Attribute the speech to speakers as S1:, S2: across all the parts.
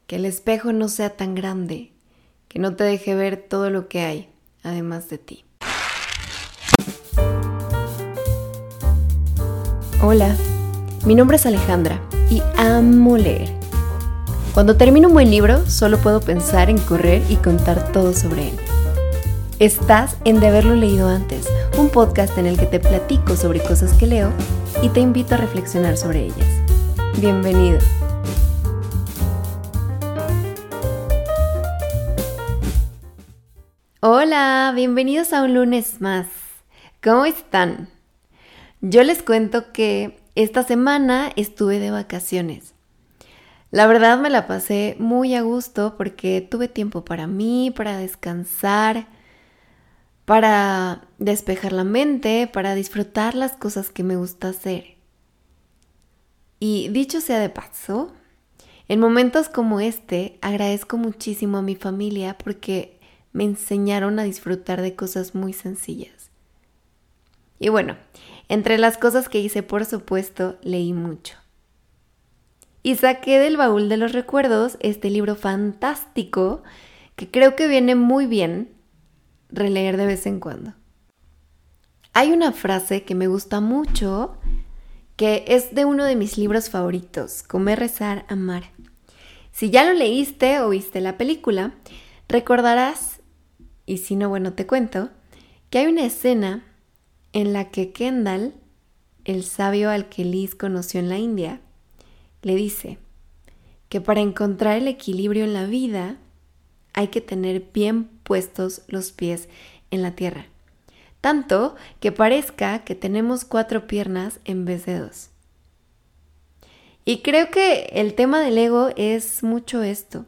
S1: que el espejo no sea tan grande, que no te deje ver todo lo que hay, además de ti. Hola, mi nombre es Alejandra y amo leer. Cuando termino un buen libro, solo puedo pensar en correr y contar todo sobre él. Estás en De Haberlo Leído Antes, un podcast en el que te platico sobre cosas que leo y te invito a reflexionar sobre ellas. Bienvenido. Hola, bienvenidos a un lunes más. ¿Cómo están? Yo les cuento que esta semana estuve de vacaciones. La verdad me la pasé muy a gusto porque tuve tiempo para mí, para descansar, para despejar la mente, para disfrutar las cosas que me gusta hacer. Y dicho sea de paso, en momentos como este agradezco muchísimo a mi familia porque me enseñaron a disfrutar de cosas muy sencillas. Y bueno, entre las cosas que hice, por supuesto, leí mucho. Y saqué del baúl de los recuerdos este libro fantástico que creo que viene muy bien releer de vez en cuando. Hay una frase que me gusta mucho, que es de uno de mis libros favoritos, Comer, Rezar, Amar. Si ya lo leíste o viste la película, recordarás, y si no, bueno, te cuento, que hay una escena en la que Kendall, el sabio al que Liz conoció en la India, le dice que para encontrar el equilibrio en la vida hay que tener bien puestos los pies en la tierra. Tanto que parezca que tenemos 4 piernas en vez de 2. Y creo que el tema del ego es mucho esto.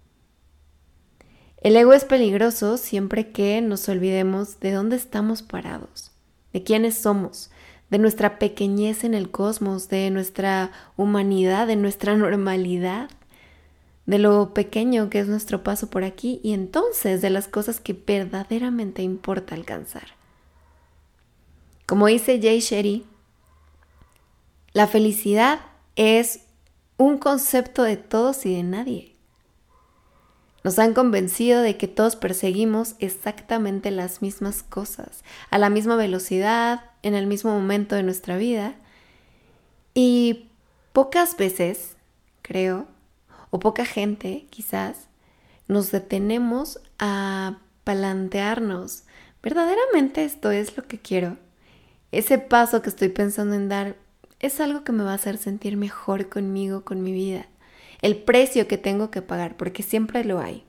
S1: El ego es peligroso siempre que nos olvidemos de dónde estamos parados, de quiénes somos, de nuestra pequeñez en el cosmos, de nuestra humanidad, de nuestra normalidad, de lo pequeño que es nuestro paso por aquí y entonces de las cosas que verdaderamente importa alcanzar. Como dice Jay Shetty, la felicidad es un concepto de todos y de nadie. Nos han convencido de que todos perseguimos exactamente las mismas cosas, a la misma velocidad, en el mismo momento de nuestra vida. Y pocas veces, creo, o poca gente quizás, nos detenemos a plantearnos, ¿verdaderamente esto es lo que quiero? Ese paso que estoy pensando en dar es algo que me va a hacer sentir mejor conmigo, con mi vida. El precio que tengo que pagar, porque siempre lo hay.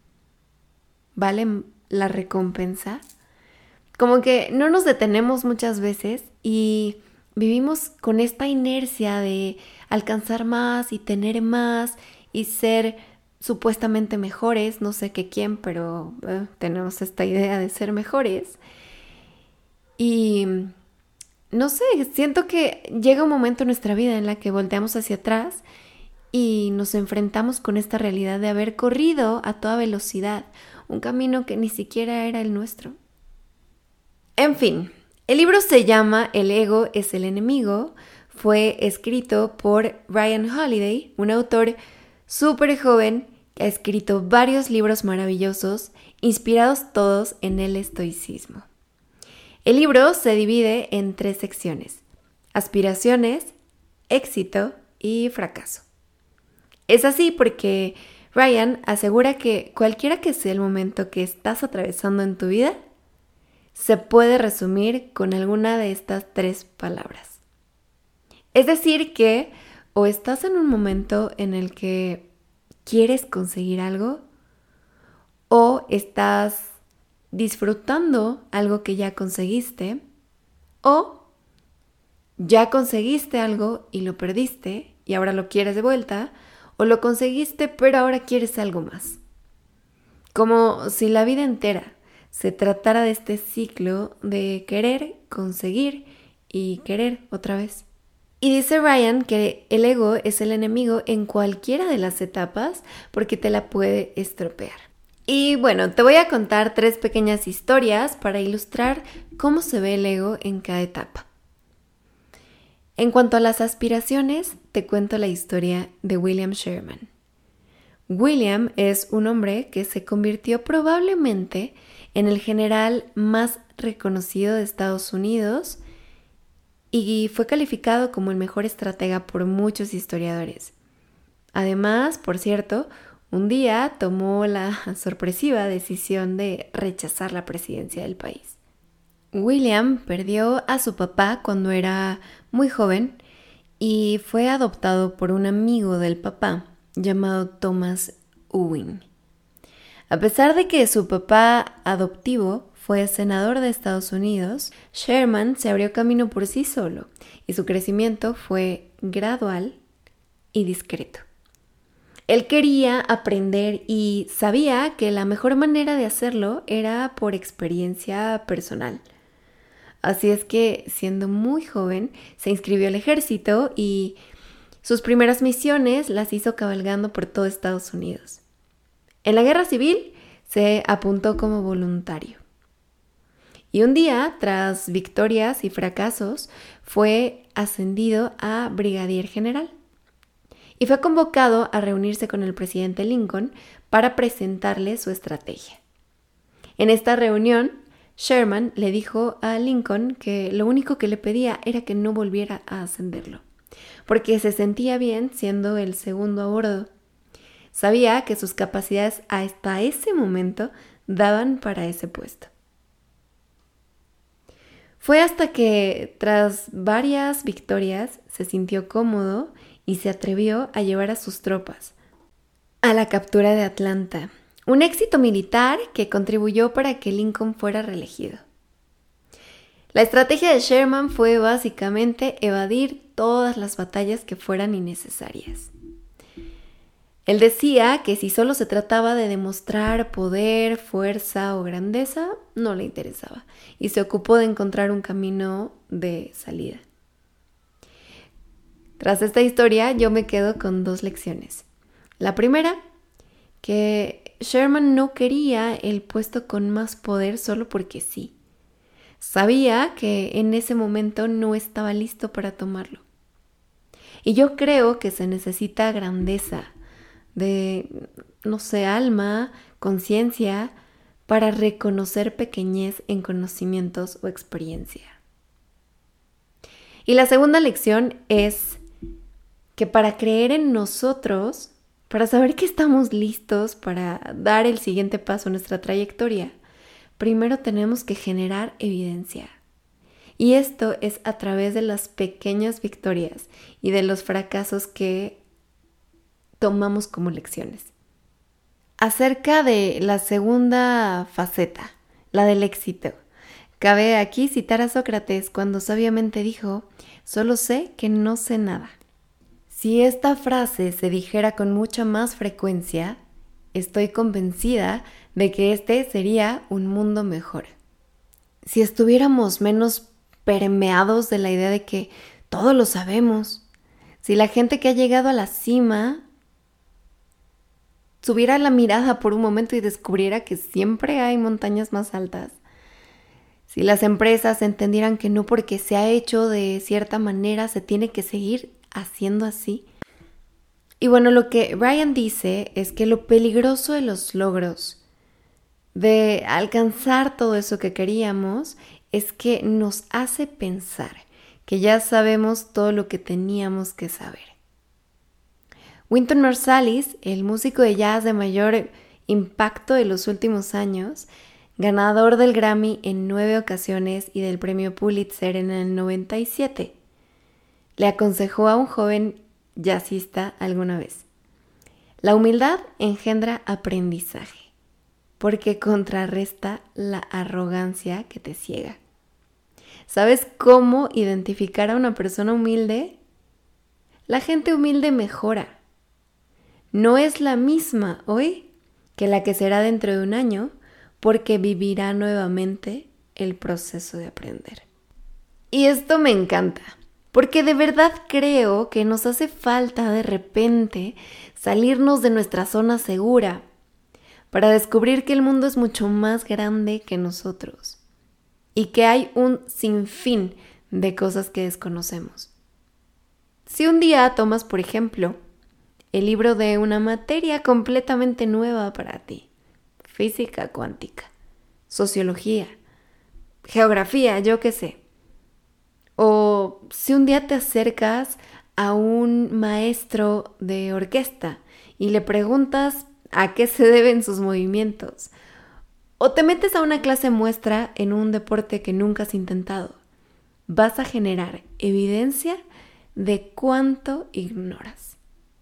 S1: ¿Vale la recompensa? Como que no nos detenemos muchas veces y vivimos con esta inercia de alcanzar más y tener más y ser supuestamente mejores, no sé qué quién, pero tenemos esta idea de ser mejores. Y no sé, siento que llega un momento en nuestra vida en la que volteamos hacia atrás y nos enfrentamos con esta realidad de haber corrido a toda velocidad, un camino que ni siquiera era el nuestro. En fin, el libro se llama El ego es el enemigo, fue escrito por Ryan Holiday, un autor súper joven que ha escrito varios libros maravillosos, inspirados todos en el estoicismo. El libro se divide en 3 secciones: aspiraciones, éxito y fracaso. Es así porque Ryan asegura que cualquiera que sea el momento que estás atravesando en tu vida, se puede resumir con alguna de estas 3 palabras. Es decir que o estás en un momento en el que quieres conseguir algo o estás disfrutando algo que ya conseguiste o ya conseguiste algo y lo perdiste y ahora lo quieres de vuelta o lo conseguiste pero ahora quieres algo más. Como si la vida entera se tratara de este ciclo de querer, conseguir y querer otra vez. Y dice Ryan que el ego es el enemigo en cualquiera de las etapas porque te la puede estropear. Y bueno, te voy a contar 3 pequeñas historias para ilustrar cómo se ve el ego en cada etapa. En cuanto a las aspiraciones, te cuento la historia de William Sherman. William es un hombre que se convirtió probablemente en el general más reconocido de Estados Unidos y fue calificado como el mejor estratega por muchos historiadores. Además, por cierto, un día tomó la sorpresiva decisión de rechazar la presidencia del país. William perdió a su papá cuando era muy joven y fue adoptado por un amigo del papá llamado Thomas Ewing. A pesar de que su papá adoptivo fue senador de Estados Unidos, Sherman se abrió camino por sí solo y su crecimiento fue gradual y discreto. Él quería aprender y sabía que la mejor manera de hacerlo era por experiencia personal. Así es que, siendo muy joven, se inscribió al ejército y sus primeras misiones las hizo cabalgando por todo Estados Unidos. En la Guerra Civil se apuntó como voluntario. Y un día, tras victorias y fracasos, fue ascendido a brigadier general. Y fue convocado a reunirse con el presidente Lincoln para presentarle su estrategia. En esta reunión, Sherman le dijo a Lincoln que lo único que le pedía era que no volviera a ascenderlo, porque se sentía bien siendo el segundo a bordo. Sabía que sus capacidades hasta ese momento daban para ese puesto. Fue hasta que, tras varias victorias, se sintió cómodo y se atrevió a llevar a sus tropas a la captura de Atlanta, un éxito militar que contribuyó para que Lincoln fuera reelegido. La estrategia de Sherman fue básicamente evadir todas las batallas que fueran innecesarias. Él decía que si solo se trataba de demostrar poder, fuerza o grandeza, no le interesaba, y se ocupó de encontrar un camino de salida. Tras esta historia, yo me quedo con 2 lecciones. La primera, que Sherman no quería el puesto con más poder solo porque sí. Sabía que en ese momento no estaba listo para tomarlo. Y yo creo que se necesita grandeza, alma, conciencia, para reconocer pequeñez en conocimientos o experiencia. Y la segunda lección es que para creer en nosotros, para saber que estamos listos para dar el siguiente paso en nuestra trayectoria, primero tenemos que generar evidencia. Y esto es a través de las pequeñas victorias y de los fracasos que tomamos como lecciones. Acerca de la segunda faceta, la del éxito, cabe aquí citar a Sócrates cuando sabiamente dijo: «Solo sé que no sé nada». Si esta frase se dijera con mucha más frecuencia, estoy convencida de que este sería un mundo mejor. Si estuviéramos menos permeados de la idea de que todo lo sabemos, si la gente que ha llegado a la cima subiera la mirada por un momento y descubriera que siempre hay montañas más altas, si las empresas entendieran que no porque se ha hecho de cierta manera se tiene que seguir haciendo así. Y bueno, lo que Ryan dice es que lo peligroso de los logros, de alcanzar todo eso que queríamos, es que nos hace pensar que ya sabemos todo lo que teníamos que saber. Wynton Marsalis, el músico de jazz de mayor impacto de los últimos años, ganador del Grammy en 9 ocasiones y del premio Pulitzer en el 97, le aconsejó a un joven jazzista alguna vez: la humildad engendra aprendizaje, porque contrarresta la arrogancia que te ciega. ¿Sabes cómo identificar a una persona humilde? La gente humilde mejora. No es la misma hoy que la que será dentro de un año, porque vivirá nuevamente el proceso de aprender. Y esto me encanta, porque de verdad creo que nos hace falta de repente salirnos de nuestra zona segura para descubrir que el mundo es mucho más grande que nosotros y que hay un sinfín de cosas que desconocemos. Si un día tomas, por ejemplo, el libro de una materia completamente nueva para ti. Física cuántica, sociología, geografía, yo qué sé. O si un día te acercas a un maestro de orquesta y le preguntas a qué se deben sus movimientos. O te metes a una clase muestra en un deporte que nunca has intentado. Vas a generar evidencia de cuánto ignoras.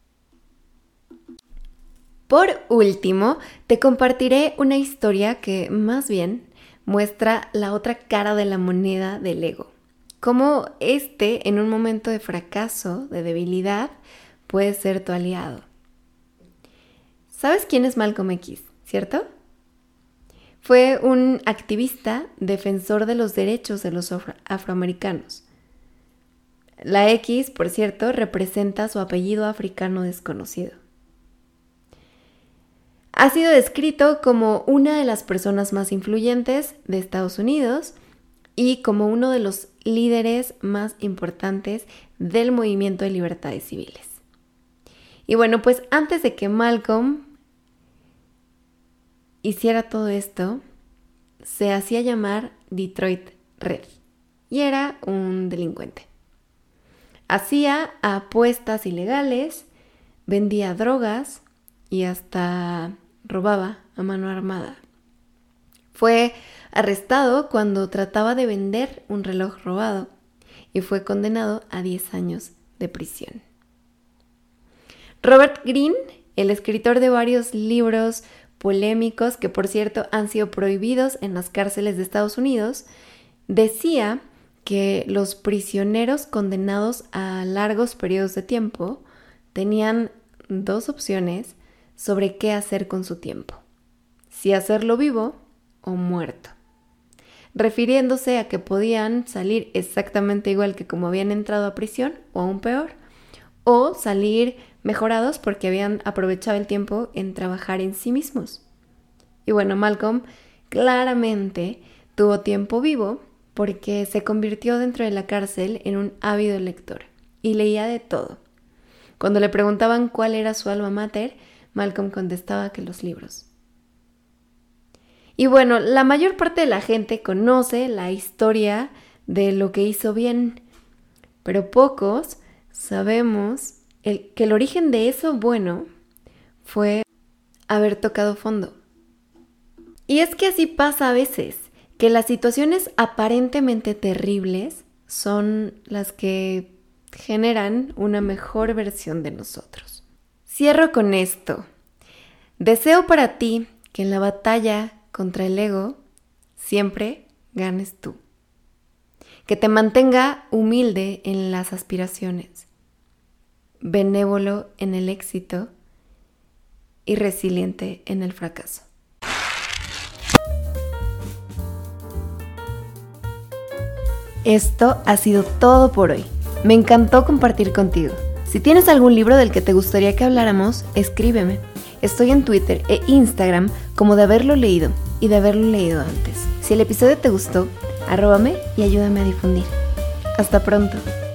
S1: Por último, te compartiré una historia que más bien muestra la otra cara de la moneda del ego. Cómo en un momento de fracaso, de debilidad, puede ser tu aliado. ¿Sabes quién es Malcolm X, cierto? Fue un activista defensor de los derechos de los afroamericanos. La X, por cierto, representa su apellido africano desconocido. Ha sido descrito como una de las personas más influyentes de Estados Unidos y como uno de los líderes más importantes del movimiento de libertades civiles. Y bueno, pues antes de que Malcolm hiciera todo esto, se hacía llamar Detroit Red y era un delincuente. Hacía apuestas ilegales, vendía drogas y hasta robaba a mano armada. Fue arrestado cuando trataba de vender un reloj robado y fue condenado a 10 años de prisión. Robert Greene, el escritor de varios libros polémicos que por cierto han sido prohibidos en las cárceles de Estados Unidos, decía que los prisioneros condenados a largos periodos de tiempo tenían dos opciones sobre qué hacer con su tiempo: si hacerlo vivo o muerto, refiriéndose a que podían salir exactamente igual que como habían entrado a prisión o aún peor, o salir mejorados porque habían aprovechado el tiempo en trabajar en sí mismos. Y bueno, Malcolm claramente tuvo tiempo vivo porque se convirtió dentro de la cárcel en un ávido lector y leía de todo. Cuando le preguntaban cuál era su alma mater, Malcolm contestaba que los libros. Y bueno, la mayor parte de la gente conoce la historia de lo que hizo bien, pero pocos sabemos que el origen de eso bueno fue haber tocado fondo. Y es que así pasa a veces, que las situaciones aparentemente terribles son las que generan una mejor versión de nosotros. Cierro con esto. Deseo para ti que en la batalla contra el ego siempre ganes tú. Que te mantenga humilde en las aspiraciones, benévolo en el éxito y resiliente en el fracaso. Esto ha sido todo por hoy. Me encantó compartir contigo. Si tienes algún libro del que te gustaría que habláramos, escríbeme. Estoy en Twitter e Instagram como de haberlo leído y de haberlo leído antes. Si el episodio te gustó, arróbame y ayúdame a difundir. Hasta pronto.